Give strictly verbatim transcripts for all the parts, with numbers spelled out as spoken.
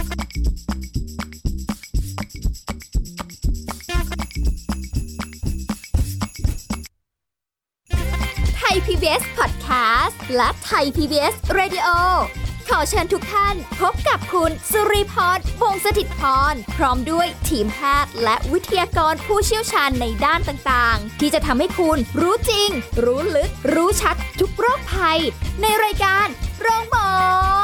ไทย พี บี เอส Podcast และ Thai พี บี เอส Radio ขอเชิญทุกท่านพบกับคุณสุริพร วงศ์สถิตพรพร้อมด้วยทีมแพทย์และวิทยากรผู้เชี่ยวชาญในด้านต่างๆที่จะทำให้คุณรู้จริงรู้ลึกรู้ชัดทุกโรคภัยในรายการโรงหมอ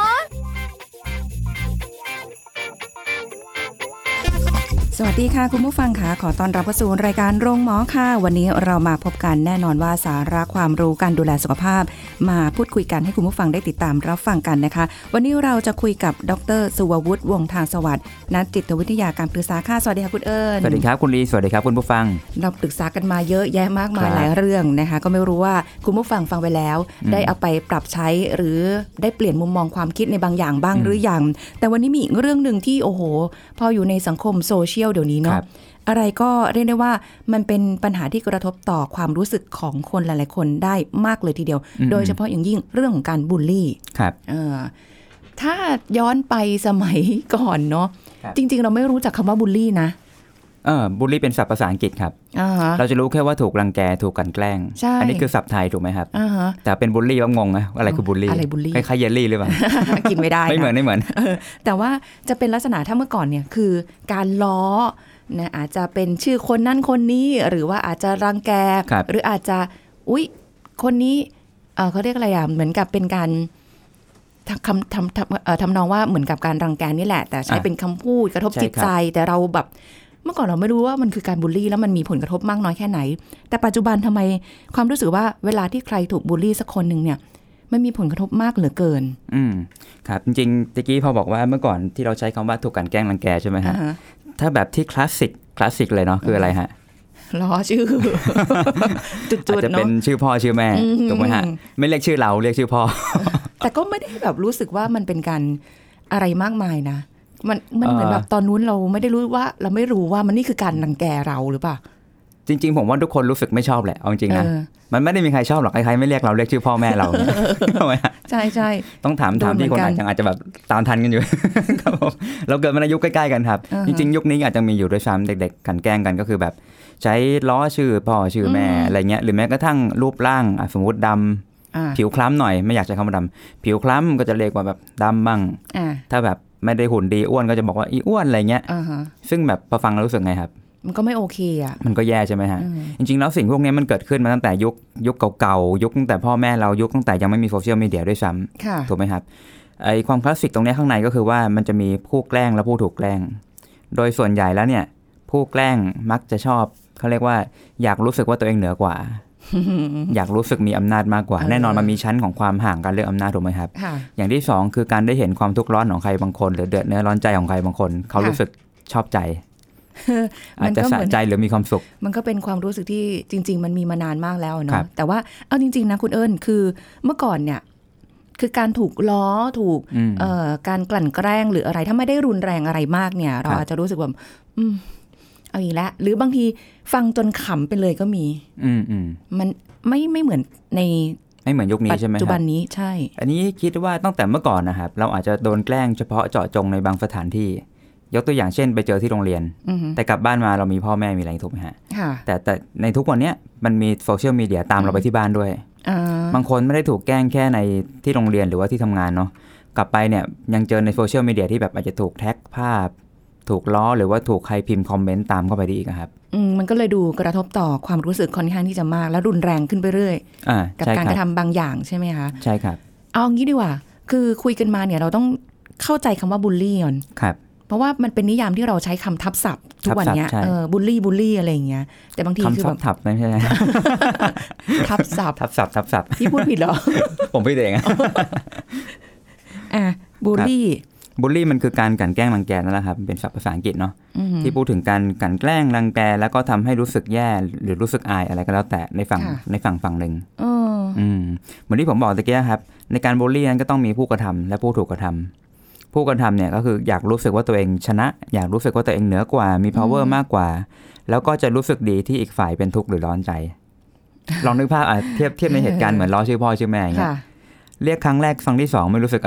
สวัสดีค่ะคุณผู้ฟังค่ะขอต้อนรับเข้าสู่รายการโรงหมอค่ะวันนี้เรามาพบกันแน่นอนว่าสาระความรู้การดูแลสุขภาพมาพูดคุยกันให้คุณผู้ฟังได้ติดตามรับฟังกันนะคะวันนี้เราจะคุยกับดร.สุวัฒน์วงศ์ทางสวัสดิ์นักจิตวิทยาการปรึกษาค่ะสวัสดีค่ะคุณเอิญสวัสดีครับคุณลีสวัสดีครับคุณผู้ฟังเราปรึกษากันมาเยอะแยะมากมายหลายเรื่องนะคะก็ไม่รู้ว่าคุณผู้ฟังฟังไปแล้วได้เอาไปปรับใช้หรือได้เปลี่ยนมุมมองความคิดในบางอย่างบ้างหรือยังแต่วันนี้มีอีกเรื่องนึงที่โอ้โหพออยู่ในสังคมโซเชียลเดี๋ยวนี้เนาะอะไรก็เรียกได้ว่ามันเป็นปัญหาที่กระทบต่อความรู้สึกของคนหลายๆคนได้มากเลยทีเดียวโดยเฉพาะอย่างยิ่งเรื่องของการบูลลี่ครับเออถ้าย้อนไปสมัยก่อนเนาะจริงๆเราไม่รู้จักคำว่าบูลลี่นะเออบูลลี่เป็นศัพท์ภาษาอังกฤษครับเราจะรู้แค่ว่าถูกรังแกถูกกลั่นแกล้งอันนี้คือศัพท์ไทยถูกไหมครับแต่เป็นบูลลี่ว่างงนะอะไรคือบูลลี่อะไรบูลลี่คล้ายๆเยลลี่หรือเปล่ากินไม่ได้ไม่เหมือนไม่เหมือนแต่ว่าจะเป็นลักษณะถ้าเมื่อก่อนเนี่ยคือการล้อนะอาจจะเป็นชื่อคนนั่นคนนี้หรือว่าอาจจะรังแกหรืออาจจะอุ๊ยคนนี้ เ, เขาเรียกอะไรอ่ะเหมือนกับเป็นการทำทำทำทำนองว่าเหมือนกับการรังแกนี่แหละแต่ใช้เป็นคำพูดกระทบจิตใจแต่เราแบบเมื่อก่อนเราไม่รู้ว่ามันคือการบูลลี่แล้วมันมีผลกระทบมากน้อยแค่ไหนแต่ปัจจุบันทำไมความรู้สึกว่าเวลาที่ใครถูกบูลลี่สักคนนึงเนี่ยมันมีผลกระทบมากเหลือเกินอืมครับจริงๆตะกี้พอบอกว่าเมื่อก่อนที่เราใช้คำว่าถูกกลั่นแกล้งรังแกใช่ไหมฮะ uh-huh. ถ้าแบบที่คลาสสิกคลาสสิกเลยเนาะคืออะไรฮะล้อชื่อ จุดๆอาจจะเป็นชื่อพ่อชื่อแม่ถูกไหมฮะไม่เรียกชื่อเราเรียกชื่อพ่อแต่ก็ไม่ได้แบบรู้สึกว่ามันเป็นการอะไรมากมายนะมันมันเหมือนแบบตอนนู้นเราไม่ได้รู้ว่าเราไม่รู้ว่ามันนี่คือการรังแกเราหรือเปล่าจริงๆผมว่าทุกคนรู้สึกไม่ชอบแหละเอาจริงๆนะมันไม่ได้มีใครชอบหรอกใครๆไม่เรียกเราเรียกชื่อพ่อแม่เราใช่ไหมใช่ใช่ต้องถามถามที่คนอาจจะอาจจะแบบตามทันกันอยู่ครับผมเราเกิดมาในยุคใกล้ๆกันครับจริงๆยุคนี้อาจจะมีอยู่ด้วยซ้ำเด็กๆกันแกล้งกันก็คือแบบใช้ล้อชื่อพ่อชื่อแม่อะไรเงี้ยหรือแม้กระทั่งรูปร่างสมมติดำผิวคล้ำหน่อยไม่อยากใช้คำว่าดำผิวคล้ำก็จะเรียกว่าแบบดำบ้างถ้าแบบไม่ได้หุ่นดีอ้วนก็จะบอกว่าอีอ้วนอะไรเงี้ยซึ่งแบบพอฟังแล้วรู้สึกไงครับมันก็ไม่โอเคอ่ะมันก็แย่ใช่ไหมฮะจริงๆแล้วสิ่งพวกนี้มันเกิดขึ้นมาตั้งแต่ยุคยุคเก่าๆยุคตั้งแต่พ่อแม่เรายุคตั้งแต่ยังไม่มีโซเชียลมีเดียด้วยซ้ำถูกไหมครับไอความคลาสสิกตรงนี้ข้างในก็คือว่ามันจะมีผู้แกล้งและผู้ถูกแกล้งโดยส่วนใหญ่แล้วเนี่ยผู้แกล้งมักจะชอบเขาเรียกว่าอยากรู้สึกว่าตัวเองเหนือกว่า อยากรู้สึกมีอำนาจมากกว่าแน่นอนมันมีชั้นของความห่างกันเรื่องอำนาจถูกไหมครับอย่างที่สองคือการได้เห็นความทุกข์ร้อนของใครบางคนหรือเดือดเนื้อร้อนใจของใครบางคนเขารู้สึกชอบใจอาจจะสะใจหรือมีความสุขมันก็เป็นความรู้สึกที่จริงๆมันมีมานานมากแล้วเนาะแต่ว่าเอาจริงๆนะคุณเอิญคือเมื่อก่อนเนี่ยคือการถูกล้อถูกการกลั่นแกล้งหรืออะไรถ้าไม่ได้รุนแรงอะไรมากเนี่ยเราอาจจะรู้สึกว่าอืมเอาอีกแล้วหรือบางทีฟังจนขำไปเลยก็มีอืมอืมมันไม่ไม่เหมือนในไม่เหมือนยุคนี้ใช่ไหมปัจจุบันนี้ใช่อันนี้คิดว่าตั้งแต่เมื่อก่อนนะครับเราอาจจะโดนแกล้งเฉพาะเจาะจงในบางสถานที่ยกตัวอย่างเช่นไปเจอที่โรงเรียนแต่กลับบ้านมาเรามีพ่อแม่มีอะไรถูกไหมฮะแต่แต่ในทุกวันนี้มันมีโซเชียลมีเดียตามเราไปที่บ้านด้วยบางคนไม่ได้ถูกแกล้งแค่ในที่โรงเรียนหรือว่าที่ทำงานเนาะกลับไปเนี่ยยังเจอในโซเชียลมีเดียที่แบบอาจจะถูกแท็กภาพถูกล้อหรือว่าถูกใครพิมพ์คอมเมนต์ตามเข้าไปได้อีกครับอืมมันก็เลยดูกระทบต่อความรู้สึกค่อนข้างที่จะมากและรุนแรงขึ้นไปเรื่อยกับการกระทำบางอย่างใช่ไหมคะใช่ครับเอางี้ดีกว่าคือคุยกันมาเนี่ยเราต้องเข้าใจคำว่าบูลลี่ก่อนครับเพราะว่ามันเป็นนิยามที่เราใช้คำทับศัพท์ทุกวันนี้เออบูลลี่บูลลี่อะไรอย่างเงี้ยแต่บางทีคือแบบทับไม่ใช่ทับศัพท์ทับศัพท์ทับศัพท์พี่พูดผิดเหรอผมพูดเองอ่ะบูลลี่บูลลี่มันคือการกลั่นแกล้งรังแกนั่นแหละครับเป็นศัพท์ภาษาอังกฤษเนาะที่พูดถึงการกลั่นแกล้งรังแกแล้วก็ทำให้รู้สึกแย่หรือรู้สึกอายอะไรก็แล้วแต่ในฝั่งในฝั่งฝั่งหนึ่งอืมเหมือนที่ผมบอกตะกี้ครับในการบูลลี่นั้นก็ต้องมีผู้กระทำและผู้ถูกกระทำผู้กระทำเนี่ยก็คืออยากรู้สึกว่าตัวเองชนะอยากรู้สึกว่าตัวเองเหนือกว่ามี power มากกว่าแล้วก็จะรู้สึกดีที่อีกฝ่ายเป็นทุกข์หรือร้อนใจลองนึกภาพอ่ะเทียบเทียบในเหตุการณ์เหมือนล้อชื่อพ่อชื่อแม่อย่างเงี้ยเรียกครั้งแรกครั้งที่สองไม่รู้สึกอะไร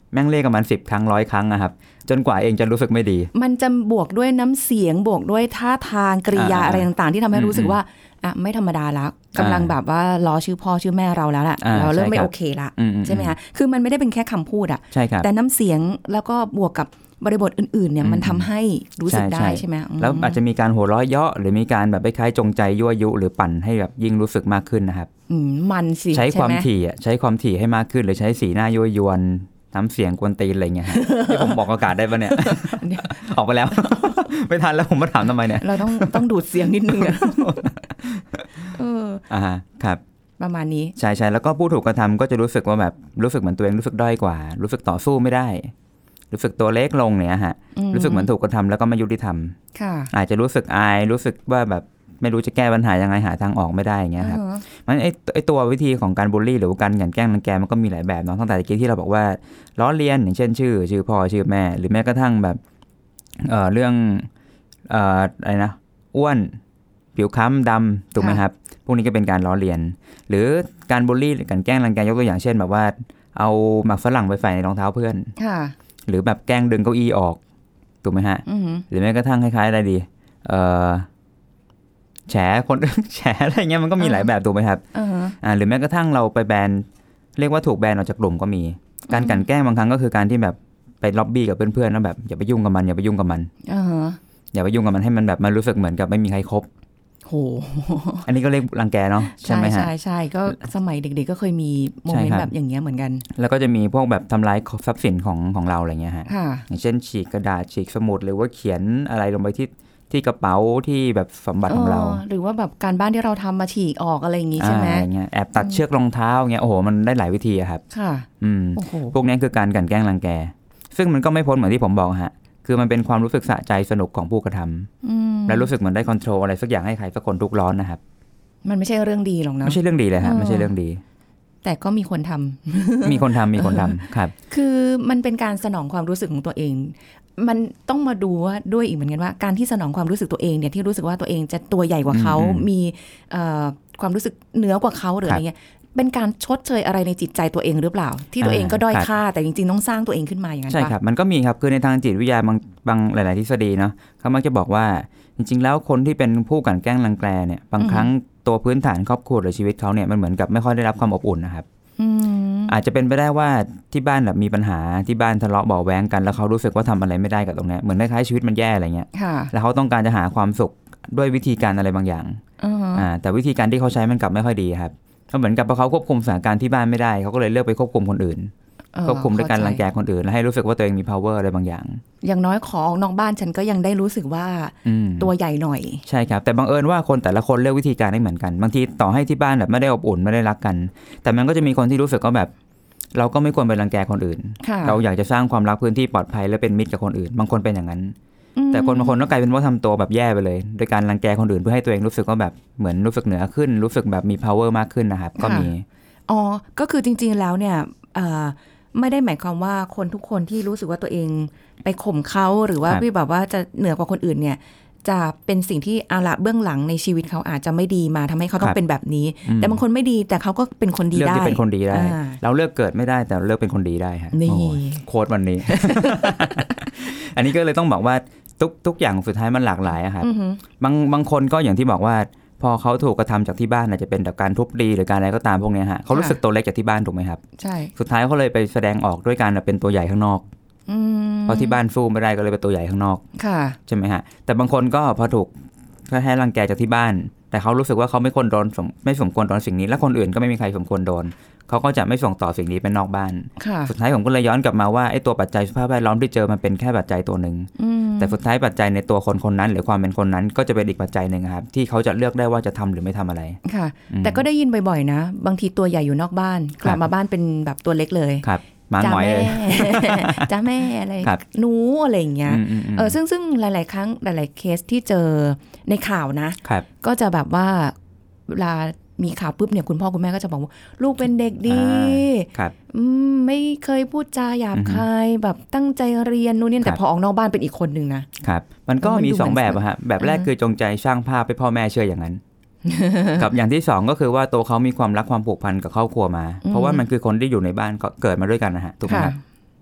แม่งเรียกกันมันสิบครั้งร้อยครั้งนะครับจนกว่าเองจะรู้สึกไม่ดีมันจะบวกด้วยน้ำเสียงบวกด้วยท่าทางกริยาอะไรต่างๆที่ทำให้รู้สึกว่าอ่ะไม่ธรรมดาละกำลังแบบว่าล้อชื่อพ่อชื่อแม่เราแล้วล่ะเราเริ่มไม่โอเคละใช่ไหมคะคือมันไม่ได้เป็นแค่คำพูดอ่ะแต่น้ำเสียงแล้วก็บวกกับบริบทอื่นๆเนี่ยมันทำให้รู้สึกได้ใช่ไหมแล้วอาจจะมีการหัวเราะเยาะหรือมีการแบบคล้ายๆจงใจยั่วยุหรือปั่นให้แบบยิ่งรู้สึกมากขึ้นนะครับมันสิใช้ความถี่อ่ะใช้ความถี่ให้มากขึ้นหรือใช้สีหน้ายั่วยวนน้ำเสียงกวนตีนอะไรเงี้ยที่ผมบอกอากาศได้ปะเนี่ยออกไปแล้วไม่ทันแล้วผมมาถามทำไมเนี่ยเราต้องต้องดูดเสียงนิดนึงอ่ะเอออ่าครับประมาณนี้ใช่ใช่แล้วก็ผู้ถูกกระทำก็จะรู้สึกว่าแบบรู้สึกเหมือนตัวเองรู้สึกด้อยกว่ารู้สึกต่อสู้ไม่ได้รู้สึกตัวเล็กลงเนี่ยฮะรู้สึกเหมือนถูกกระทำแล้วก็ไม่ยุติธรรมอาจจะรู้สึกอายรู้สึกว่าแบบไม่รู้จะแก้ปัญหายังไงหาทางออกไม่ได้อย่างเงี้ยครับมันไอ้ไอ้ตัววิธีของการบูลลี่หรือการหยั่นแกล้งรังแกมันก็มีหลายแบบเนาะตั้งแต่เมื่อกี้ที่เราบอกว่าล้อเลียนอย่างเช่นชื่อชื่อพ่อชื่อแม่หรือแม้กระทั่งแบบเอ่อเรื่องเอ่ออะไรนะอ้วนผิวคล้ำดำถูกไหมครับพวกนี้ก็เป็นการล้อเลียนหรือการบูลลี่การแกล้งรังแกยกตัวอย่างเช่นแบบว่าเอาหมากฝรั่งไปใส่ในรองเท้าเพื่อนหรือแบบแกล้งดึงเก้าอี้ออกถูกไหมฮะหรือแม้กระทั่งคล้ายๆอะไรดีเอ่อแฉคนแฉอะไรเงี้ยมันก็มีหลายแบบถูกไหมครับอ่าหรือแม้กระทั่งเราไปแบนเรียกว่าถูกแบนออกจากกลุ่มก็มีการกลั่นแกล้งบางครั้งก็คือการที่แบบไปล็อบบี้กับเพื่อนๆแล้วแบบอย่าไปยุ่งกับมันอย่าไปยุ่งกับมันอย่าไปยุ่งกับมันให้มันแบบมันรู้สึกเหมือนกับไม่มีใครคบโหอันนี้ก็เรียกรังแกเนาะใช่ไหมฮะใช่ใช่ก็สมัยเด็กๆก็เคยมีโมเมนต์แบบอย่างเงี้ยเหมือนกันแล้วก็จะมีพวกแบบทำลายทรัพย์สินของของเราอะไรเงี้ยฮะอย่างเช่นฉีกกระดาษฉีกสมุดหรือว่าเขียนอะไรลงไปที่ที่กระเป๋าที่แบบสมบัติของเราหรือว่าแบบการบ้านที่เราทำมาฉีกออกอะไรอย่างงี้ใช่ไหมแอบตัดเชือกรองเท้าเงี้ยโอ้โหมันได้หลายวิธีครับค่ะอืมพวกนี้คือการกลั่นแกล้งรังแกซึ่งมันก็ไม่พ้นเหมือนที่ผมบอกฮะคือมันเป็นความรู้สึกสะใจสนุกของผู้กระทำและรู้สึกเหมือนได้คอนโทรลอะไรสักอย่างให้ใครสักคนทุกร้อนนะครับมันไม่ใช่เรื่องดีหรอกนะไม่ใช่เรื่องดีเลยฮะไม่ใช่เรื่องดีแต่ก็มีคนทำมีคนทำมีคนทำครับคือมันเป็นการสนองความรู้สึกของตัวเองมันต้องมาดูว่าด้วยอีกเหมือนกันว่าการที่สนองความรู้สึกตัวเองเนี่ยที่รู้สึกว่าตัวเองจะตัวใหญ่กว่าเขามีความรู้สึกเหนือกว่าเขาหรืออะไรเงี้ยเป็นการชดเชยอะไรในจิตใจตัวเองหรือเปล่าที่ตัวเองก็ด้อยค่าแต่จริงๆต้องสร้างตัวเองขึ้นมาอย่างนั้นใช่ครับมันก็มีครับคือในทางจิตวิทยาบางบางหลายๆทฤษฎีเนาะเขามักจะบอกว่าจริงๆแล้วคนที่เป็นผู้กลั่นแกล้งรังแกเนี่ยบางครั้งตัวพื้นฐานครอบครัวหรือชีวิตเขาเนี่ยมันเหมือนกับไม่ค่อยได้รับความอบอุ่นนะครับอาจจะเป็นไปได้ว่าที่บ้านแบบมีปัญหาที่บ้านทะเลาะเบาะแว้งกันแล้วเขารู้สึกว่าทำอะไรไม่ได้กับตรงนี้เหมือนคล้ายๆชีวิตมันแย่อะไรเงี้ยแล้วเขาต้องการจะหาความสุขด้วยวิธีการอะไรบางอย่างอ่าแต่วิธีการที่เขาใช้มันกลับไม่ค่อยดีครับก็เหมือนกับพอเขาควบคุมสถานการณ์ที่บ้านไม่ได้เขาก็เลยเลือกไปควบคุมคนอื่นควบคุมด้วยการรังแกคนอื่นแล้วให้รู้สึกว่าตัวเองมี power อะไรบางอย่างอย่างน้อยขอออกนอกบ้านฉันก็ยังได้รู้สึกว่าตัวใหญ่หน่อยใช่ครับแต่บังเอิญว่าคนแต่ละคนเลือกวิธีการไม่เหมือนกันบางทีต่อให้ที่บ้านแบบไม่ได้อบอุ่นไม่ได้รักกันแต่มันก็จะมีคนที่รู้สึกว่าแบบเราก็ไม่ควรไปรังแกคนอื่นเราอยากจะสร้างความรักพื้นที่ปลอดภัยและเป็นมิตรกับคนอื่นบางคนเป็นอย่างนั้นแต่คนบางคนก็กลายเป็นว่าทำตัวแบบแย่ไปเลยโดยการรังแกคนอื่นเพื่อให้ตัวเองรู้สึกว่าแบบเหมือนรู้สึกเหนือขึ้นรู้สึกแบบมี power มากขึ้นนะครับก็มีอ๋อก็คือจริงๆแล้วเนี่ยไม่ได้หมายความว่าคนทุกคนที่รู้สึกว่าตัวเองไปข่มเขาหรือว่าพี่แบบว่าจะเหนือกว่าคนอื่นเนี่ยจะเป็นสิ่งที่เอาละเบื้องหลังในชีวิตเขาอาจจะไม่ดีมาทำให้เขาต้องเป็นแบบนี้แต่บางคนไม่ดีแต่เขาก็เป็นคนดีได้เลือกที่เป็นคนดีได้เราเลือกเกิดไม่ได้แต่เลือกเป็นคนดีได้ฮะนี่โค้ดวันนี้ อันนี้ก็เลยต้องบอกว่าทุกทุกอย่างสุดท้ายมันหลากหลายครับบางบางคนก็อย่างที่บอกว่าพอเขาถูกกระทำจากที่บ้านอาจจะเป็นจากการทุบตีหรือการอะไรก็ตามพวกนี้ฮะเขารู้สึกตัวเล็กจากที่บ้านถูกไหมครับใช่สุดท้ายเขาเลยไปแสดงออกด้วยการเป็นตัวใหญ่ข้างนอกเพราะที่บ้านสู้ไม่ได้ก็เลยเป็นตัวใหญ่ข้างนอกใช่ไหมฮะแต่บางคนก็พอถูกแค่รังแกจากที่บ้านแต่เขารู้สึกว่าเขาไม่ควรโดนไม่สมควรโดนสิ่งนี้และคนอื่นก็ไม่มีใครสมควรโดนเขาก็จะไม่ส่งต่อสิ่งนี้ไปนอกบ้านสุดท้ายผมก็เลยย้อนกลับมาว่าไอ้ตัวปัจจัยสภาพแวดล้อมที่เจอมันเป็นแค่ปัจจัยตัวหนึ่งแต่สุดท้ายปัจจัยในตัวคนคนนั้นหรือความเป็นคนนั้นก็จะเป็นอีกปัจจัยหนึ่งครับที่เขาจะเลือกได้ว่าจะทำหรือไม่ทำอะไรค่ะแต่ก็ได้ยินบ่อยๆนะบางทีตัวใหญ่อยู่นอกบ้านกลับมาบ้านเป็นแบบตัวเล็กเลยมาหน่อยเลยจ้าแม่อะไรหนูอะไรอย่างเงี้ยเออซึ่งซึ่งหลายๆครั้งหลายๆเคสที่เจอในข่าวนะก็จะแบบว่าเวลามีข่าวปุ๊บเนี่ยคุณพ่อคุณแม่ก็จะบอกว่าลูกเป็นเด็กดีไม่เคยพูดจาหยาบคายแบบตั้งใจเรียนนู่นนี่แต่พอออกนอกบ้านเป็นอีกคนนึงนะครับมันก็มีสองแบบอะฮะแบบแรกคือจงใจสร้างภาพให้พ่อแม่เชื่ออย่างนั้นกับอย่างที่สองก็คือว่าตัวเขามีความรักความผูกพันกับครอบครัวมาเพราะว่ามันคือคนที่อยู่ในบ้านก็เกิดมาด้วยกันนะฮะถูกไหมครับ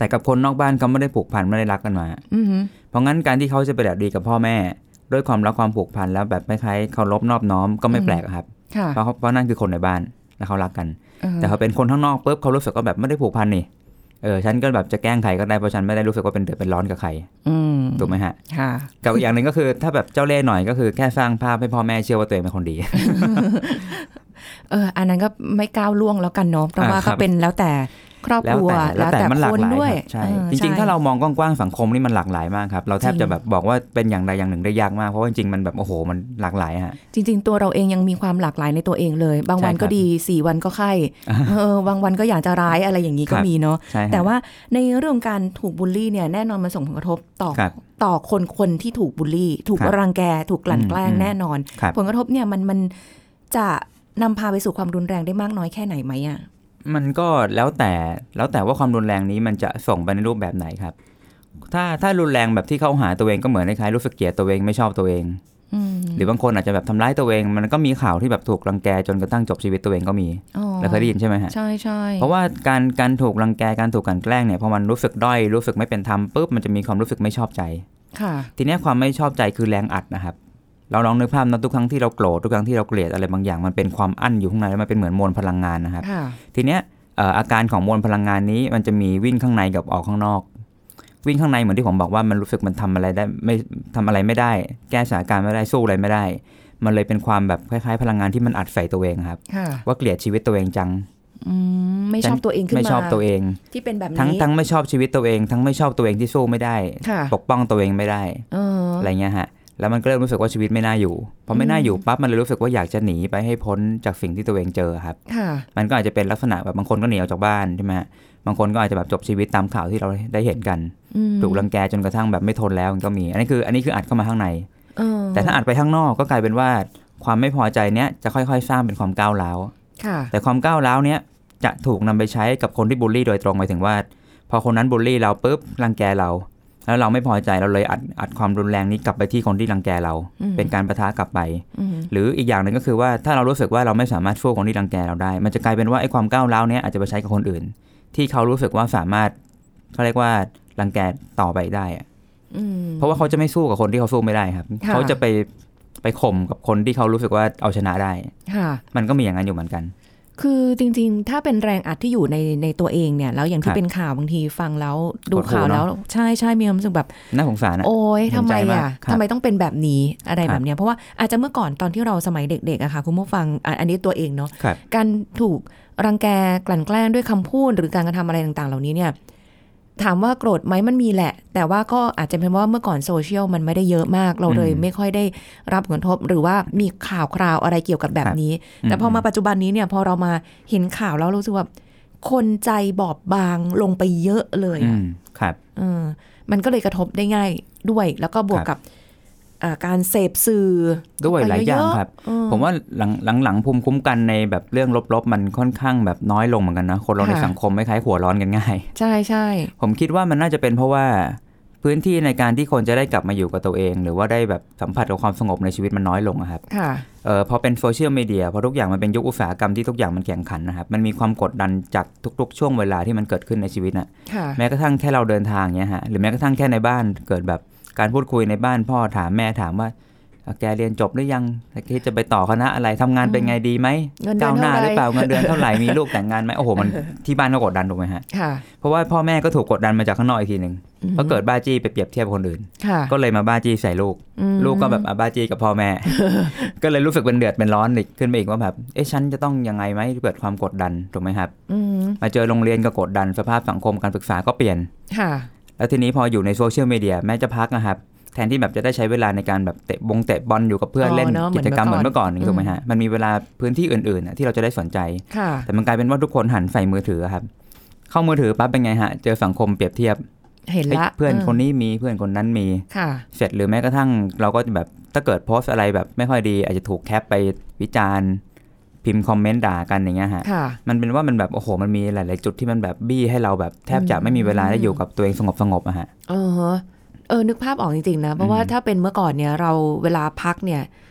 แต่กับคนนอกบ้านเขาไม่ได้ผูกพันไม่ได้รักกันมาเพราะงั้นการที่เขาจะไปแบบดีกับพ่อแม่ด้วยความรักความผูกพันแล้วแบบคล้ายๆเคารพนอบน้อมก็ไม่แปลกครับเพราะเพราะนั่นคือคนในบ้านแล้วเขารักกันแต่เขาเป็นคนข้างนอกปุ๊บเขารู้สึกว่าแบบไม่ได้ผูกพันนี่เออฉันก็แบบจะแกล้งใครก็ได้เพราะฉันไม่ได้รู้สึกว่าเป็นเดือดเป็นร้อนกับใครถูกไหมฮะกับอย่างหนึ่งก็คือถ้าแบบเจ้าเล่ห์หน่อยก็คือแค่สร้างภาพให้พ่อแม่เชื่อว่าตัวเองเป็นคนดีเอออันนั้นก็ไม่ก้าวล่วงแล้วกันเนาะเพราะว่าก็เป็นแล้วแต่ครอบครัวแล้วแต่คนด้วยใช่จริงๆถ้าเรามองกว้างๆสังคมนี่มันหลากหลายมากครับเราแทบจะแบบบอกว่าเป็นอย่างใดอย่างหนึ่งได้ยากมากเพราะว่าจริงๆมันแบบโอ้โหมันหลากหลายฮะจริงๆตัวเราเองยังมีความหลากหลายในตัวเองเลยบางวันก็ดีสี่วันก็ไข้เออบางวันก็อยากจะร้ายอะไรอย่างนี้ก็มีเนาะแต่ว่าในเรื่องการถูกบูลลี่เนี่ยแน่นอนมันส่งผลกระทบต่อต่อคนคนที่ถูกบูลลี่ถูกรังแกถูกกลั่นแกล้งแน่นอนผลกระทบเนี่ยมันมันจะนำพาไปสู่ความรุนแรงได้มากน้อยแค่ไหนไหมอ่ะมันก็แล้วแต่แล้วแต่ว่าความรุนแรงนี้มันจะส่งไปในรูปแบบไหนครับถ้าถ้ารุนแรงแบบที่เข้าหาตัวเองก็เหมือนคล้ายๆรู้สึกเกลียดตัวเองไม่ชอบตัวเองหรือบางคนอาจจะแบบทำร้ายตัวเองมันก็มีข่าวที่แบบถูกรังแกจนกระทั่งจบชีวิตตัวเองก็มีแล้วเคยได้ยินใช่ไหมฮะใช่ใช่เพราะว่าการการถูกรังแกการถูกกลั่นแกล้งเนี่ยพอมันรู้สึกด้อยรู้สึกไม่เป็นธรรมปุ๊บมันจะมีความรู้สึกไม่ชอบใจทีนี้ความไม่ชอบใจคือแรงอัดนะครับเราลองนึกภาพนะทุกครั้งที่เราโกรธทุกครั้งที่เราเกลียดอะไรบางอย่างมันเป็นความอั้นอยู่ข้างในแล้วมันเป็นเหมือนมวลพลังงานนะครับทีเนี้ยอาการของมวลพลังงานนี้มันจะมีวิ่งข้างในกับออกข้างนอกวิ่งข้างในเหมือนที่ผมบอกว่ามันรู้สึกมันทำอะไรได้ไม่ทำอะไรไม่ได้แก้สถานการณ์ไม่ได้สู้อะไรไม่ได้มันเลยเป็นความแบบคล้ายๆพลังงานที่มันอัดใส่ตัวเองครับว่าเกลียดชีวิตตัวเองจังไม่ชอบตัวเองขึ้นมาไม่ชอบตัวเองที่เป็นแบบนี้ทั้งทั้งไม่ชอบชีวิตตัวเองทั้งไม่ชอบตัวเองที่สู้ไม่ได้ปกป้องตัวเองไม่ได้อะไรเงี้ยฮะแล้วมันก็เริ่มรู้สึกว่าชีวิตไม่น่าอยู่พอไม่น่าอยู่ปั๊บมันเลยรู้สึกว่าอยากจะหนีไปให้พ้นจากสิ่งที่ตัวเองเจอครับมันก็อาจจะเป็นลักษณะแบบบางคนก็หนีออกจากบ้านใช่ไหมบางคนก็อาจจะแบบจบชีวิตตามข่าวที่เราได้เห็นกันถูกรังแกจนกระทั่งแบบไม่ทนแล้วมันก็มีอันนี้คืออันนี้คืออัดเข้ามาข้างในแต่ถ้าอัดไปข้างนอกก็กลายเป็นว่าความไม่พอใจเนี้ยจะค่อยๆสร้างเป็นความก้าวร้าวแต่ความก้าวร้าวเนี้ยจะถูกนำไปใช้กับคนที่บูลลี่โดยตรงหมายถึงว่าพอคนนั้นบูลลี่เราปุ๊บรังแกเราแล้วเราไม่พอใจเราเลยอัดอัดความรุนแรงนี้กลับไปที่คนที่รังแกเราเป็นการปะทะกลับไปหรืออีกอย่างหนึ่งก็คือว่าถ้าเรารู้สึกว่าเราไม่สามารถสู้คนที่รังแกเราได้มันจะกลายเป็นว่าไอ้ความก้าวร้าวนี้อาจจะไปใช้กับคนอื่นที่เขารู้สึกว่าสามารถเขาเรียกว่ารังแกต่อไปได้อะเพราะว่าเขาจะไม่สู้กับคนที่เขาสู้ไม่ได้ครับเขาจะไปไปข่มกับคนที่เขารู้สึกว่าเอาชนะได้มันก็มีอย่างนั้นอยู่เหมือนกันคือจริงๆถ้าเป็นแรงอัดที่อยู่ในในตัวเองเนี่ยแล้วอย่างที่เป็นข่าวบางทีฟังแล้วดูข่าวแล้วใช่ใช่มีความรู้สึกแบบน่าสงสารนะโอ๊ยทำไมอ่ะทำไมต้องเป็นแบบนี้อะไรแบบเนี้ยเพราะว่าอาจจะเมื่อก่อนตอนที่เราสมัยเด็กๆอะค่ะคุณผู้ฟังอันนี้ตัวเองเนาะการถูกรังแกกลั่นแกล้งด้วยคำพูดหรือการกระทำอะไรต่างๆเหล่านี้เนี่ยถามว่าโกรธไหมมันมีแหละแต่ว่าก็อาจจะเป็นว่าเมื่อก่อนโซเชียลมันไม่ได้เยอะมากเราเลยไม่ค่อยได้รับผลกระทบหรือว่ามีข่าวคราวอะไรเกี่ยวกับแบบนี้แต่พอมาปัจจุบันนี้เนี่ยพอเรามาเห็นข่าวแล้วรู้สึกว่าคนใจบอบบางลงไปเยอะเลยอ่ะครับเออมันก็เลยกระทบได้ง่ายด้วยแล้วก็บวกกับการเสพสื่อด้วยหลายอย่างครับผมว่าหลังหลังหลังภูมิคุ้มกันในแบบเรื่องลบๆมันค่อนข้างแบบน้อยลงเหมือนกันนะคนเราในสังคมไม่คล้ายหัวร้อนกันง่ายใช่ใช่ผมคิดว่ามันน่าจะเป็นเพราะว่าพื้นที่ในการที่คนจะได้กลับมาอยู่กับตัวเองหรือว่าได้แบบสัมผัสกับความสงบในชีวิตมันน้อยลงครับเออพอเป็นโซเชียลมีเดียพอทุกอย่างมันเป็นยุคอุตสาหกรรมที่ทุกอย่างมันแข่งขันนะครับมันมีความกดดันจากทุกๆช่วงเวลาที่มันเกิดขึ้นในชีวิตนะแม้กระทั่งแค่เราเดินทางเนี้ยฮะหรือแม้กระทั่งแค่ในบ้านเกิดแบบการพูดคุยในบ้านพ่อถามแม่ถามว่าแกเรียนจบหรือยังคิดจะไปต่อคณะอะไรทำงานเป็นไงดีไหมก้าวหน้าหรือเปล่าเงินเดือนเท่าไหร่มีลูกแต่งงานไหมโอ้โหมันที่บ้านก็กดดันถูกไหมฮะเพราะว่าพ่อแม่ก็ถูกกดดันมาจากข้างนอกอีกทีนึงเพราะเกิดบ้าจี้ไปเปรียบเทียบคนอื่นก็เลยมาบ้าจี้ใส่ลูกลูกก็แบบบ้าจี้กับพ่อแม่ก็เลยรู้สึกเป็นเดือดเป็นร้อนอีกขึ้นไปอีกว่าแบบเอ๊ะฉันจะต้องยังไงไหมเกิดความกดดันถูกไหมครับมาเจอโรงเรียนก็กดดันสภาพสังคมการศึกษาก็เปลี่ยนแล้วทีนี้พออยู่ในโซเชียลมีเดียแม้จะพักนะครับแทนที่แบบจะได้ใช้เวลาในการแบบเตะบงเตะบอลอยู่กับเพื่อนเล่นกิจกรรมเหมือนเมื่อก่อนนี่ถูกไหมฮะมันมีเวลาพื้นที่อื่นๆที่เราจะได้สนใจแต่มันกลายเป็นว่าทุกคนหันใส่มือถือครับเข้ามือถือปั๊บเป็นไงฮะเจอสังคมเปรียบเทียบเห็นละเพื่อนคนนี้มีเพื่อนคนนั้นมีเสร็จหรือแม้กระทั่งเราก็แบบถ้าเกิดโพสอะไรแบบไม่ค่อยดีอาจจะถูกแคปไปวิจารณ์พิมพ์คอมเมนต์ด่ากันอย่างเงี้ยฮะมันเป็นว่ามันแบบโอ้โหมันมีหลายๆจุดที่มันแบบบี้ให้เราแบบแทบจะไม่มีเวลาได้อยู่กับตัวเองสงบๆอะฮะเออเออนึกภาพออกจริงๆนะเพราะว่าถ้าเป็นเมื่อก่อนเนี่ยเราเวลาพักเนี่ย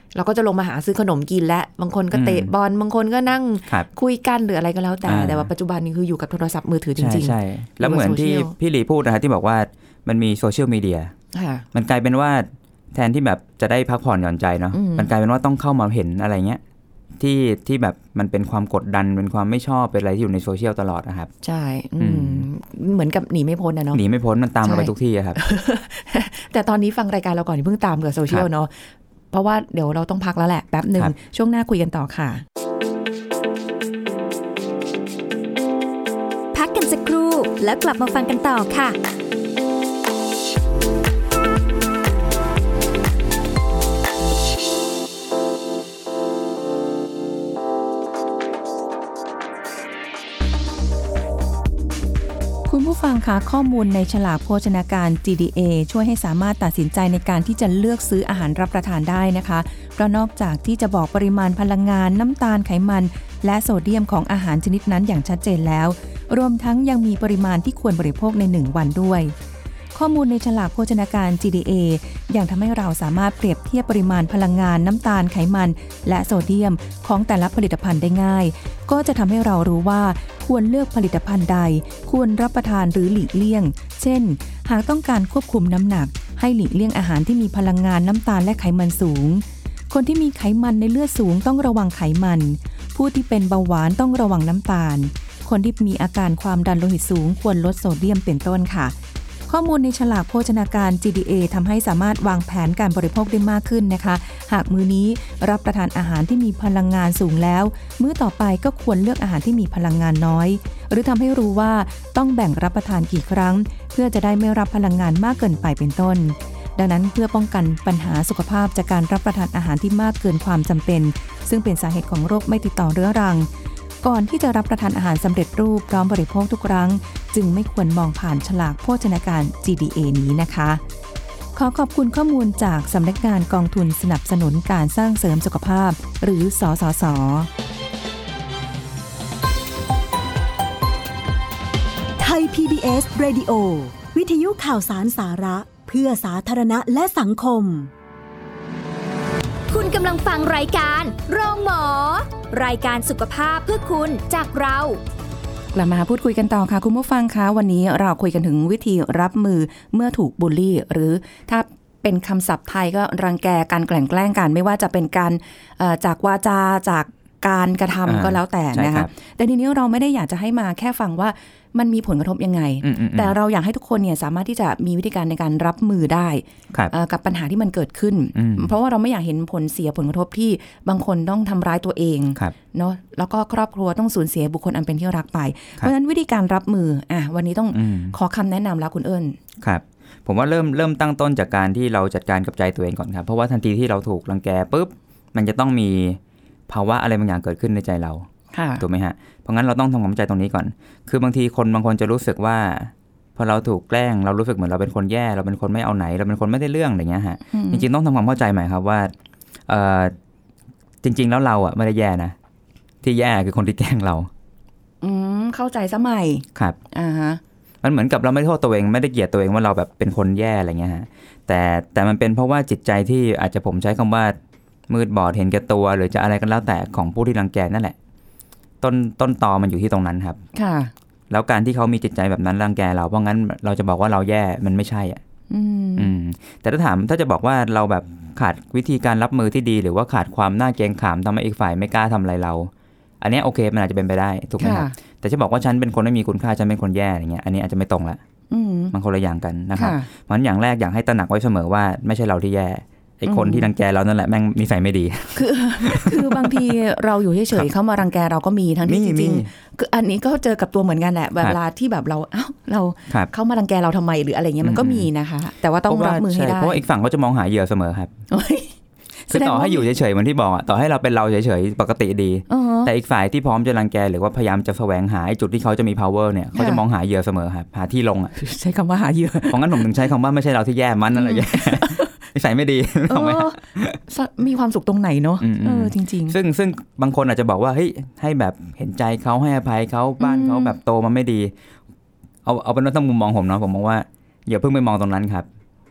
เราก็จะลงมาหาซื้อขนมกินและบางคนก็เตะบอลบางคนก็นั่งคุยกันหรืออะไรก็แล้วแต่แต่ว่าปัจจุบันนี้คืออยู่กับโทรศัพท์มือถือจริงๆใช่ๆแล้วเหมือนที่พี่ลีพูดนะที่บอกว่ามันมีโซเชียลมีเดียมันกลายเป็นว่าแทนที่แบบจะได้พักผ่อนหย่อนใจเนาะมันกลายเป็นว่าต้องเข้ามาเห็นอะไรเงี้ยที่ที่แบบมันเป็นความกดดันเป็นความไม่ชอบเป็นอะไรที่อยู่ในโซเชียลตลอดนะครับใช่เหมือนกับหนีไม่พ้นนะเนาะหนีไม่พ้นมันตามเราไปทุกที่ครับแต่ตอนนี้ฟังรายการเราก่อนเพิ่งตามกับโซเชียลเนาะเพราะว่าเดี๋ยวเราต้องพักแล้วแหละแป๊บหนึ่งช่วงหน้าคุยกันต่อค่ะพักกันสักครู่แล้วกลับมาฟังกันต่อค่ะคุณผู้ฟังคะข้อมูลในฉลากโภชนาการ จี ดี เอ ช่วยให้สามารถตัดสินใจในการที่จะเลือกซื้ออาหารรับประทานได้นะคะเพราะนอกจากที่จะบอกปริมาณพลังงานน้ำตาลไขมันและโซเดียมของอาหารชนิดนั้นอย่างชัดเจนแล้วรวมทั้งยังมีปริมาณที่ควรบริโภคในหนึ่งวันด้วยข้อมูลในฉลากโภชนาการ จี ดี เอ ยังทำให้เราสามารถเปรียบเทียบปริมาณพลังงานน้ำตาลไขมันและโซเดียมของแต่ละผลิตภัณฑ์ได้ง่ายก็จะทำให้เรารู้ว่าควรเลือกผลิตภัณฑ์ใดควรรับประทานหรือหลีกเลี่ยงเช่นหากต้องการควบคุมน้ำหนักให้หลีกเลี่ยงอาหารที่มีพลังงานน้ำตาลและไขมันสูงคนที่มีไขมันในเลือดสูงต้องระวังไขมันผู้ที่เป็นเบาหวานต้องระวังน้ำตาลคนที่มีอาการความดันโลหิตสูงควรลดโซเดียมเป็นต้นค่ะข้อมูลในฉลากโภชนาการ จี ดี เอ ทำให้สามารถวางแผนการบริโภคได้มากขึ้นนะคะหากมื้อนี้รับประทานอาหารที่มีพลังงานสูงแล้วมื้อต่อไปก็ควรเลือกอาหารที่มีพลังงานน้อยหรือทำให้รู้ว่าต้องแบ่งรับประทานกี่ครั้งเพื่อจะได้ไม่รับพลังงานมากเกินไปเป็นต้นดังนั้นเพื่อป้องกันปัญหาสุขภาพจากการรับประทานอาหารที่มากเกินความจำเป็นซึ่งเป็นสาเหตุของโรคไม่ติดต่อเรื้อรังก่อนที่จะรับประทานอาหารสำเร็จรูปพร้อมบริโภคทุกครั้งจึงไม่ควรมองผ่านฉลากโภชนาการ จี ดี เอ นี้นะคะขอขอบคุณข้อมูลจากสำนักงานกองทุนสนับสนุนการสร้างเสริมสุขภาพหรือสสส. ไทย พี บี เอส Radio วิทยุข่าวสารสาระเพื่อสาธารณะและสังคมคุณกำลังฟังรายการโรงหมอรายการสุขภาพเพื่อคุณจากเรากลับมาพูดคุยกันต่อค่ะคุณผู้ฟังคะวันนี้เราคุยกันถึงวิธีรับมือเมื่อถูกบูลลี่หรือถ้าเป็นคำศัพท์ไทยก็รังแกการแกล้งแกล้งกันไม่ว่าจะเป็นการจากวาจาจากการกระทำก็แล้วแต่นะคะแต่ทีนี้เราไม่ได้อยากจะให้มาแค่ฟังว่ามันมีผลกระทบยังไงแต่เราอยากให้ทุกคนเนี่ยสามารถที่จะมีวิธีการในการรับมือได้กับปัญหาที่มันเกิดขึ้นเพราะว่าเราไม่อยากเห็นผลเสียผลกระทบที่บางคนต้องทำร้ายตัวเองเนาะแล้วก็ครอบครัวต้องสูญเสียบุคคลอันเป็นที่รักไปเพราะฉะนั้นวิธีการรับมืออ่ะวันนี้ต้องขอคำแนะนำแล้วคุณเอิญครับผมว่าเริ่มเริ่มตั้งต้นจากการที่เราจัดการกับใจตัวเองก่อนครับเพราะว่าทันทีที่เราถูกรังแกปุ๊บมันจะต้องมีภาวะอะไรบางอย่างเกิดขึ้นในใจเราถูกไหมฮะเพราะงั้นเราต้องทำความเข้าใจตรงนี้ก่อนคือบางทีคนบางคนจะรู้สึกว่าพอเราถูกแกล้งเรารู้สึกเหมือนเราเป็นคนแย่เราเป็นคนไม่เอาไหนเราเป็นคนไม่ได้เรื่องอะไรเงี้ยฮะจริงๆต้องทำความเข้าใจใหม่ครับว่าเอ่อจริงๆแล้วเราอ่ะไม่ได้แย่นะที่แย่คือคนที่แกล้งเราอืมเข้าใจซะใหม่ครับอ่าฮะมันเหมือนกับเราไม่โทษตัวเองไม่ได้เกลียดตัวเองว่าเราแบบเป็นคนแย่อะไรเงี้ยฮะแต่แต่มันเป็นเพราะว่าจิตใจที่อาจจะผมใช้คำว่ามืดบอดเห็นแก่ตัวหรือจะอะไรกันแล้วแต่ของผู้ที่รังแกนั่นแหละต้นต้นตอมันอยู่ที่ตรงนั้นครับค่ะแล้วการที่เขามีจิตใจแบบนั้นรังแกเราเพราะงั้นเราจะบอกว่าเราแย่มันไม่ใช่อ่ะอืมอืมแต่ถ้าถามถ้าจะบอกว่าเราแบบขาดวิธีการรับมือที่ดีหรือว่าขาดความน่าเกรงขามทำให้อีกฝ่ายไม่กล้าทำอะไรเราอันนี้โอเคมันอาจจะเป็นไปได้ถูกไหมครับแต่จะบอกว่าฉันเป็นคนไม่มีคุณค่าฉันเป็นคนแย่อย่างเงี้ยอันนี้อาจจะไม่ตรงละมันคนละอย่างกันนะครับเพราะฉะนั้นอย่างแรกอยากให้ตระหนักไว้เสมอว่าไม่ใช่เราที่แย่ไอ้คนที่รังแกเรานั่นแหละแม่งนิสัยไม่ดีคือคือบางทีเราอยู่เฉยๆเขามารังแกเราก็มีทั้งที่จริงๆคืออันนี้ก็เจอกับตัวเหมือนกันแหละเวลาที่แบบเราเอ้าเราเขามารังแกเราทำไมหรืออะไรเงี้ยมันก็มีนะคะแต่ว่าต้องรับมือให้ได้เพราะอีกฝั่งเขาจะมองหาเหยื่อเสมอครับคือต่อให้อยู่เฉยๆเหมือนที่บอกอ่ะต่อให้เราเป็นเราเฉยๆปกติดีแต่อีกฝ่ายที่พร้อมจะรังแกหรือว่าพยายามจะแสวงหาจุดที่เขาจะมี power เนี่ยเขาจะมองหาเหยื่อเสมอครับหาที่ลงอ่ะใช้คำว่าหาเหยื่อเพราะงั้นผมถึงใช้คำว่าไม่ใช่เราที่แย่มันนั่นแหละแย่นิสัยไม่ดีถูกไหมมีความสุขตรงไหนเนาะเออจริงๆซึ่งซึ่งบางคนอาจจะบอกว่าเฮ้ยให้แบบเห็นใจเขาให้อภัยเขาบ้านเขาแบบโตมาไม่ดีเอาเอาเป็นว่าต้องมุมมองผมเนาะผมมองว่าอย่าเพิ่งไปมองตรงนั้นครับ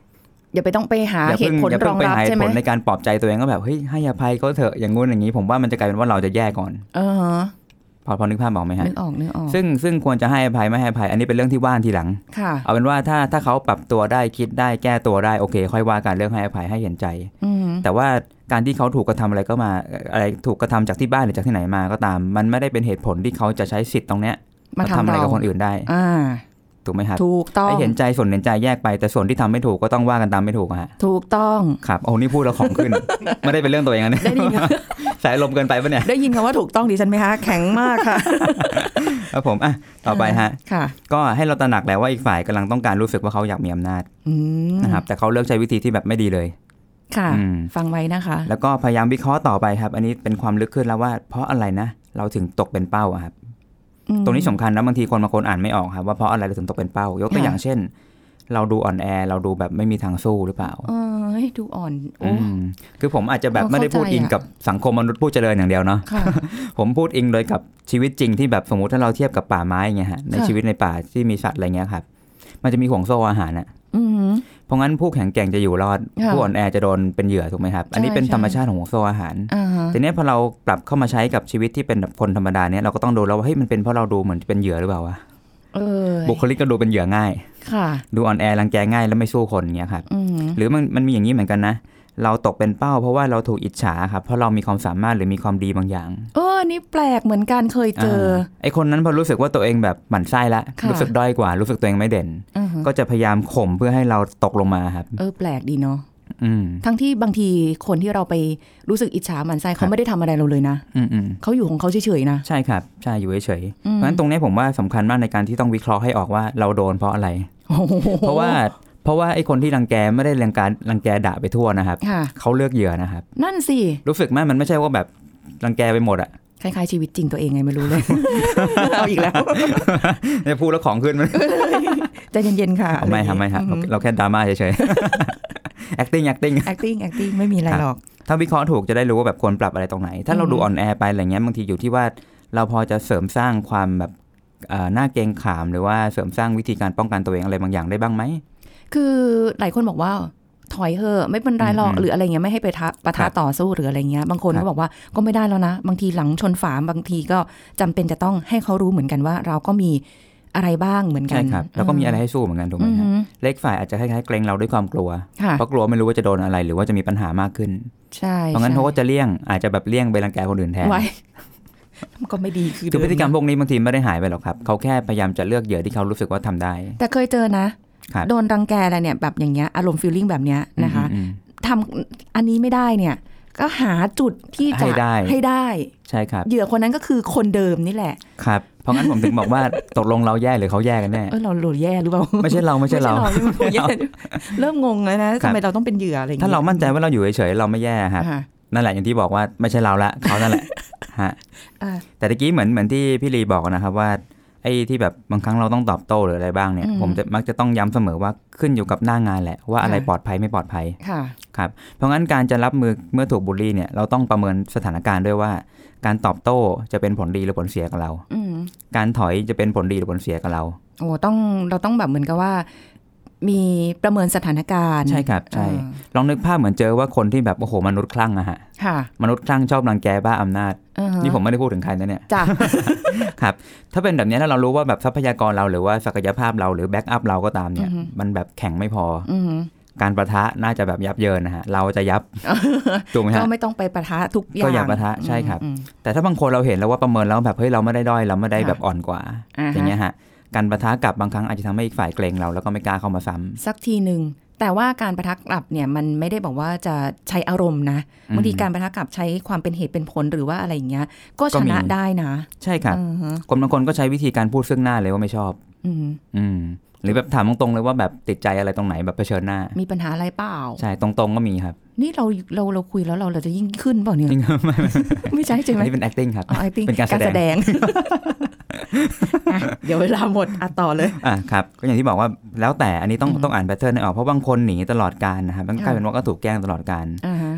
อย่าไปต้องไปหาเหตุผลรองรับใช่ไหมในการปลอบใจตัวเองก็แบบเฮ้ยให้อภัยก็เถอะอย่างงู้นอย่างนี้ผมว่ามันจะกลายเป็นว่าเราจะแย่ก่อนเออพอพอนึกภาพออกไหมฮะนึกออกนึกออกซึ่งซึ่งควรจะให้อภัยไม่ให้อภัยอันนี้เป็นเรื่องที่ว่านทีหลังเอาเป็นว่าถ้าถ้าเขาปรับตัวได้คิดได้แก้ตัวได้โอเคค่อยว่ากันเรื่องให้อภัยให้เห็นใจแต่ว่าการที่เขาถูกกระทำอะไรก็มาอะไรถูกกระทำจากที่บ้านหรือจากที่ไหนมาก็ตามมันไม่ได้เป็นเหตุผลที่เขาจะใช้สิทธิ์ตรงเนี้ยมาทำอะไรกับคนอื่นได้ถูกไหมครับถูกต้องให้เห็นใจส่วนเห็นใจแยกไปแต่ส่วนที่ทำไม่ถูกก็ต้องว่ากันตามไม่ถูกฮะถูกต้องครับโอ้นี่พูดแล้วของขึ้น ไม่ได้เป็นเรื่องตัวเองนะได้ยินสายลมเกินไปปะเนี่ยได้ยินคำว่าถูกต้องดิฉันไหมคะแข็งมากค่ะครับผมอ่ะต่อไปฮะก็ให้เราตระหนักแล้วว่าอีกฝ่ายกำลังต้องการรู้สึกว่าเขาอยากมีอำนาจนะครับแต่เขาเลือกใช้วิธีที่แบบไม่ดีเลยค่ะฟังไว้นะคะแล้วก็พยายามวิเคราะห์ต่อไปครับอันนี้เป็นความลึกขึ้นแล้วว่าเพราะอะไรนะเราถึงตกเป็นเป้าครับตรงนี้สำคัญนะบางทีคนบางคนอ่านไม่ออกครับว่าเพราะอะไรเราถึงตกเป็นเป้ายกตัวอย่างเช่นเราดูอ่อนแอเราดูแบบไม่มีทางสู้หรือเปล่าเออดูอ่อนโอ้คือผมอาจจะแบบไม่ได้พูดอิงกับสังคมมนุษย์ผู้เจริญอย่างเดียวเนาะผมพูดอิงโดยกับชีวิตจริงที่แบบสมมุติถ้าเราเทียบกับป่าไม้อย่างเงี้ยฮะในชีวิตในป่าที่มีสัตว์อะไรเงี้ยครับมันจะมีห่วงโซ่อาหารนะเพราะงั้นผู้แข็งแกร่งจะอยู่รอดผู้อ่อนแอจะโดนเป็นเหยื่อถูกไหมครับอันนี้เป็นธรรมชาติของห่วงโซ่อาหารแต่เนี้ยพอเราปรับเข้ามาใช้กับชีวิตที่เป็นคนธรรมดาเนี้ยเราก็ต้องดูแล้วว่าเฮ้ยมันเป็นเพราะเราดูเหมือนเป็นเหยื่อหรือเปล่าวะบุคลิกก็ดูเป็นเหยื่อง่ายดูอ่อนแอรังแกง่ายแล้วไม่สู้คนเงี้ยครับหรือมันมันมีอย่างนี้เหมือนกันนะเราตกเป็นเป้าเพราะว่าเราถูกอิจฉาครับเพราะเรามีความสามารถหรือมีความดีบางอย่างเออนี่แปลกเหมือนกันเคยเจอไอ้คนนั้นพอรู้สึกว่าตัวเองแบบหมั่นไส้ละรู้สึกด้อยกว่ารู้สึกตัวเองไม่เด่นก็จะพยายามข่มเพื่อให้เราตกลงมาครับเออแปลกดีเนาะทั้งที่บางทีคนที่เราไปรู้สึกอิจฉาหมั่นไส้เขาไม่ได้ทำอะไรเราเลยนะเขาอยู่ของเขาเฉยๆนะใช่ครับใช่อยู่เฉยๆเพราะฉะนั้นตรงนี้ผมว่าสำคัญมากในการที่ต้องวิเคราะห์ให้ออกว่าเราโดนเพราะอะไรเพราะว่าเพราะว่าไอ้คนที่รังแกไม่ได้รังการรังแกด่าไปทั่วนะครับเขาเลือกเหยื่อนะครับนั่นสิรู้สึกไหมมันไม่ใช่ว่าแบบรังแกไปหมดอะคล้ายๆชีวิตจริงตัวเองไงไม่รู้เลยเอาอีกแล้วเนี่ยพูดแล้วของขึ้นมันใจเย็นๆค่ะไม่ครับไม่ครับเราแค่ดราม่าเฉยๆ acting acting acting acting ไม่มีอะไรหรอกถ้าวิเคราะห์ถูกจะได้รู้ว่าแบบควรปรับอะไรตรงไหนถ้าเราดูอ่อนแอไปอะไรเงี้ยบางทีอยู่ที่ว่าเราพอจะเสริมสร้างความแบบหน้าเกรงขามหรือว่าเสริมสร้างวิธีการป้องกันตัวเองอะไรบางอย่างได้บ้างไหมคือหลายคนบอกว่าถอยเถอะไม่เป็นไรหรอกหรืออะไรเงี้ยไม่ให้ไปปะทะต่อสู้หรืออะไรเงี้ยบางคนก็บอกว่าก็ไม่ได้แล้วนะบางทีหลังชนฝาบางทีก็จำเป็นจะต้องให้เขารู้เหมือนกันว่าเราก็มีอะไรบ้างเหมือนกันใช่ครับแล้วก็มีอะไรให้สู้เหมือนกันถูกไหมครับเล็กฝ่ายอาจจะคล้ายๆเกรงเราด้วยความกลัวเพราะกลัวไม่รู้ว่าจะโดนอะไรหรือว่าจะมีปัญหามากขึ้นใช่เพราะงั้นเขาก็จะเลี่ยงอาจจะแบบเลี่ยงไปรังแกคนอื่นแทนก็ไม่ดีคือพฤติกรรมพวกนี้บางทีไม่ได้หายไปหรอกครับเขาแค่พยายามจะเลือกเหยื่อที่เขารู้สึกว่าทำได้แต่เคยเจอนะโดนรังแกอะไรเนี่ยแบบอย่างเงี้ยอารมณ์ฟีลลิ่งแบบเนี้ยนะคะทำอันนี้ไม่ได้เนี่ยก็หาจุดที่จะให้ได้ให้ได้ใช่ครับเหยื่อคนนั้นก็คือคนเดิมนี่แหละครับเพราะงั้นผมถึงบอกว่าตกลงเราแย่หรือเขาแย่กันแน่เออเราหลุดแย่หรือเปล่าไม่ใช่เราไม่ใช่เราเริ่มงงแล้วนะทำไมเราต้องเป็นเหยื่ออะไรอย่างเงี้ยถ้าเรามั่นใจว่าเราอยู่เฉยๆเราไม่แย่ครับนั่นแหละอย่างที่บอกว่าไม่ใช่เราละเขานั่นแหละฮะแต่ตะกี้เหมือนเหมือนที่พี่ลีบอกนะครับว่าไอ้ที่แบบบางครั้งเราต้องตอบโต้หรืออะไรบ้างเนี่ยผมจะมักจะต้องย้ำเสมอว่าขึ้นอยู่กับหน้างานแหละว่าอะไรปลอดภัยไม่ปลอดภัยครับเพราะงั้นการจะรับมือเมื่อถูกบูลลี่เนี่ยเราต้องประเมินสถานการณ์ด้วยว่าการตอบโต้จะเป็นผลดีหรือผลเสียกับเราการถอยจะเป็นผลดีหรือผลเสียกับเราโอ้ต้องเราต้องแบบเหมือนกับว่ามีประเมินสถานการณ์ใช่ครับใช่ลองนึกภาพเหมือนเจอว่าคนที่แบบโอ้โหมนุษย์คลั่งอะฮะมนุษย์คลั่งชอบรังแกบ้าอำนาจนี่ผมไม่ได้พูดถึงใครนะเนี่ยจ้ะครับถ้าเป็นแบบนี้แล้วเรารู้ว่าแบบทรัพยากรเราหรือว่าศักยภาพเราหรือแบ็กอัพเราก็ตามเนี่ยมันแบบแข็งไม่พอการประทะน่าจะแบบยับเยินนะฮะเราจะยับถูกไหมฮะก็ไม่ต้องไปประทะทุกอย่างก็อย่าประทะใช่ครับแต่ถ้าบางคนเราเห็นแล้วว่าประเมินแล้วแบบเฮ้ยเราไม่ได้ด้อยเราไม่ได้แบบอ่อนกว่าอย่างเงี้ยฮะการปะทะกับบางครั้งอาจจะทำให้อีกฝ่ายเกรงเราแล้วก็ไม่กล้าเข้ามาซ้ำสักทีหนึ่งแต่ว่าการปะทะกลับเนี่ยมันไม่ได้บอกว่าจะใช้อารมณ์นะบางทีการปะทะกลับใช้ความเป็นเหตุเป็นผลหรือว่าอะไรอย่างเงี้ยก็ชนะได้นะใช่ครับคนบางคนก็ใช้วิธีการพูดซึ่งหน้าเลยว่าไม่ชอบอืมหรือแบบถามตรงๆเลยว่าแบบติดใจอะไรตรงไหนแบบเผชิญหน้ามีปัญหาอะไรเปล่าใช่ตรงๆก็มีครับนี่เราเราเราคุยแล้วเราเราจะยิ่งขึ้นเปล่าเนี่ยไม่ไม่ใช่ใช่ไหมนี่เป็น acting ครับ acting เป็นการแสดงเดี๋ยวเวลาหมดอ่ะต่อเลยอ่ะครับก็อย่างที่บอกว่าแล้วแต่อันนี้ต้องต้องอ่านแพทเทิร์นให้ออกเพราะบางคนหนีตลอดกาลนะครับมันกลายเป็นว่าก็ถูกแกล้งตลอดกาล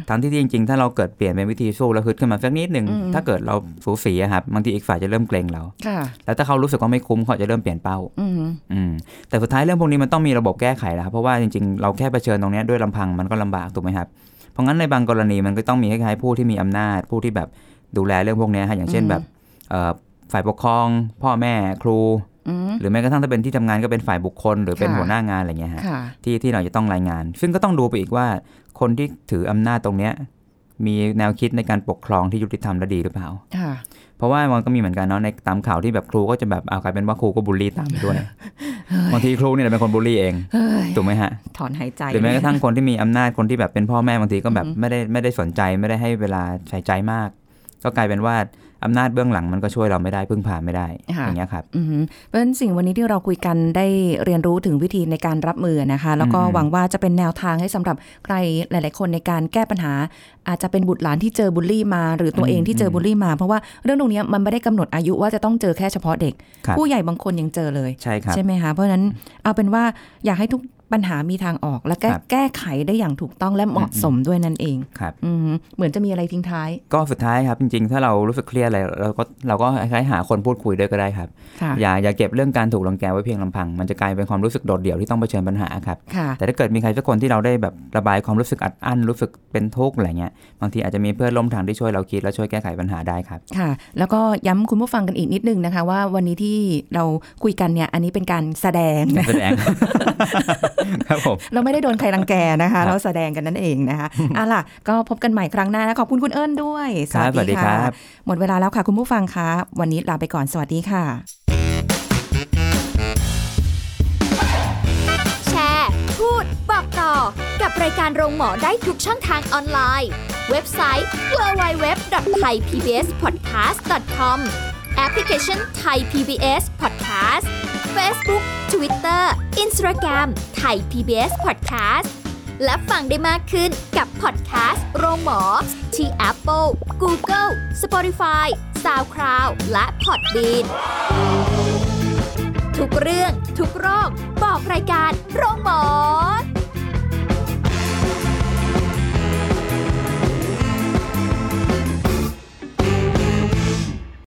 ทั้งที่จริงๆถ้าเราเกิดเปลี่ยนเป็นวิธีสู้แล้วฮึดขึ้นมาสักนิดนึงถ้าเกิดเราสูสีครับบางทีอีกฝ่ายจะเริ่มเกรงเราแล้วถ้าเขารู้สึกว่าไม่คุ้มเขาจะเริ่มเปลี่ยนเป้าอืมแต่สุดท้ายเรื่องพวกนี้มันต้องมีระบบแก้ไขแล้วครับเพราะว่าจริงๆเราแค่เผชิญตรงนี้ด้วยลำพังมันก็ลำบากถูกไหมครับเพราะงั้นในบางกรณีมันก็ต้องมีคล้ายๆผู้ที่มีอำนาจผู้ที่แบบดูแลเรื่องพวกนี้ฮะอย่างเช่นแบบฝ่ายปกครองพ่อแม่ครูหรือแม้กระทั่งถ้าเป็นที่ทำงานก็เป็นฝ่ายบุคคลหรือเป็นหัวหน้างานอะไรเงี้ยฮะที่ที่เราจะต้องรายงานซึ่งก็ต้องดูไปอีกว่าคนที่ถืออำนาจตรงเนี้ยมีแนวคิดในการปกครองที่ยุติธรรมและดีหรือเปล่าเพราะว่ามันก็มีเหมือนกันเนาะในตามข่าวที่แบบครูก็จะแบบเอากลายเป็นว่าครูก็บูลลี่ตามไปด้วยบางทีครูเนี่ยเป็นคนบูลลี่เองถูกไหมฮะถอนหายใจหรือแม้กระทั่งคนที่มีอำนาจคนที่แบบเป็นพ่อแม่บางทีก็แบบไม่ได้ไม่ได้สนใจไม่ได้ให้เวลาใส่ใจมากก็กลายเป็นว่าอำนาจเบื้องหลังมันก็ช่วยเราไม่ได้พึ่งพาไม่ได้อย่างเงี้ยครับเพราะฉะนั้นสิ่งวันนี้ที่เราคุยกันได้เรียนรู้ถึงวิธีในการรับมือนะคะแล้วก็หวังว่าจะเป็นแนวทางให้สำหรับใครหลายๆคนในการแก้ปัญหาอาจจะเป็นบุตรหลานที่เจอบูลลี่มาหรือตัวเองที่เจอบูลลี่มาเพราะว่าเรื่องตรงนี้มันไม่ได้กำหนดอายุว่าจะต้องเจอแค่เฉพาะเด็กผู้ใหญ่บางคนยังเจอเลยใช่ครับใช่ไหมคะเพราะฉะนั้นเอาเป็นว่าอยากให้ทุกปัญหามีทางออกและแก้แก้ไขได้อย่างถูกต้องและเหมาะสมด้วยนั่นเองครับเหมือนจะมีอะไรทิ้งท้ายก็สุดท้ายครับจริงๆถ้าเรารู้สึกเครียดอะไรเราก็เราก็คล้ายๆหาคนพูดคุยด้วยก็ได้ครับอย่าอย่าเก็บเรื่องการถูกรังแกไว้เพียงลำพังมันจะกลายเป็นความรู้สึกโดดเดี่ยวที่ต้องเผชิญปัญหาครับแต่ถ้าเกิดมีใครสักคนที่เราได้แบบระบายความรู้สึกอัดอั้นรู้สึกเป็นทุกข์อะไรเงี้ยบางทีอาจจะมีเพื่อนร่วมทางที่ช่วยเราคิดและช่วยแก้ไขปัญหาได้ครับค่ะแล้วก็ย้ำคุณผู้ฟังกันอีกนิดนึงนะคะว่าวันนี้ที่เราคุยกันเนี่ยอันนี้เป็นการแสดงแสดงครับผมเราไม่ได้โดนใครรังแกนะคะเราแสดงกันนั่นเองนะคะอ่ะล่ะก็พบกันใหม่ครั้งหน้านะขอบคุณคุณเอิญด้วยสวัสดีค่ะหมดเวลาแล้วค่ะคุณผู้ฟังคะวันนี้ลาไปก่อนสวัสดีค่ะแชร์พูดบอกต่อกับรายการโรงหมอได้ทุกช่องทางออนไลน์เว็บไซต์ ดับเบิลยู ดับเบิลยู ดับเบิลยู ดอท ไทย พี บี เอส พอดแคสต์ ดอท คอม แอปพลิเคชัน Thai พี บี เอส Podcast Facebook Twitter Instagram Thai พี บี เอส Podcast และฟังได้มากขึ้นกับ Podcast โรงหมอที่ Apple, Google, Spotify, SoundCloud และ Podbean ทุกเรื่องทุกโรคบอกรายการโรงหมอ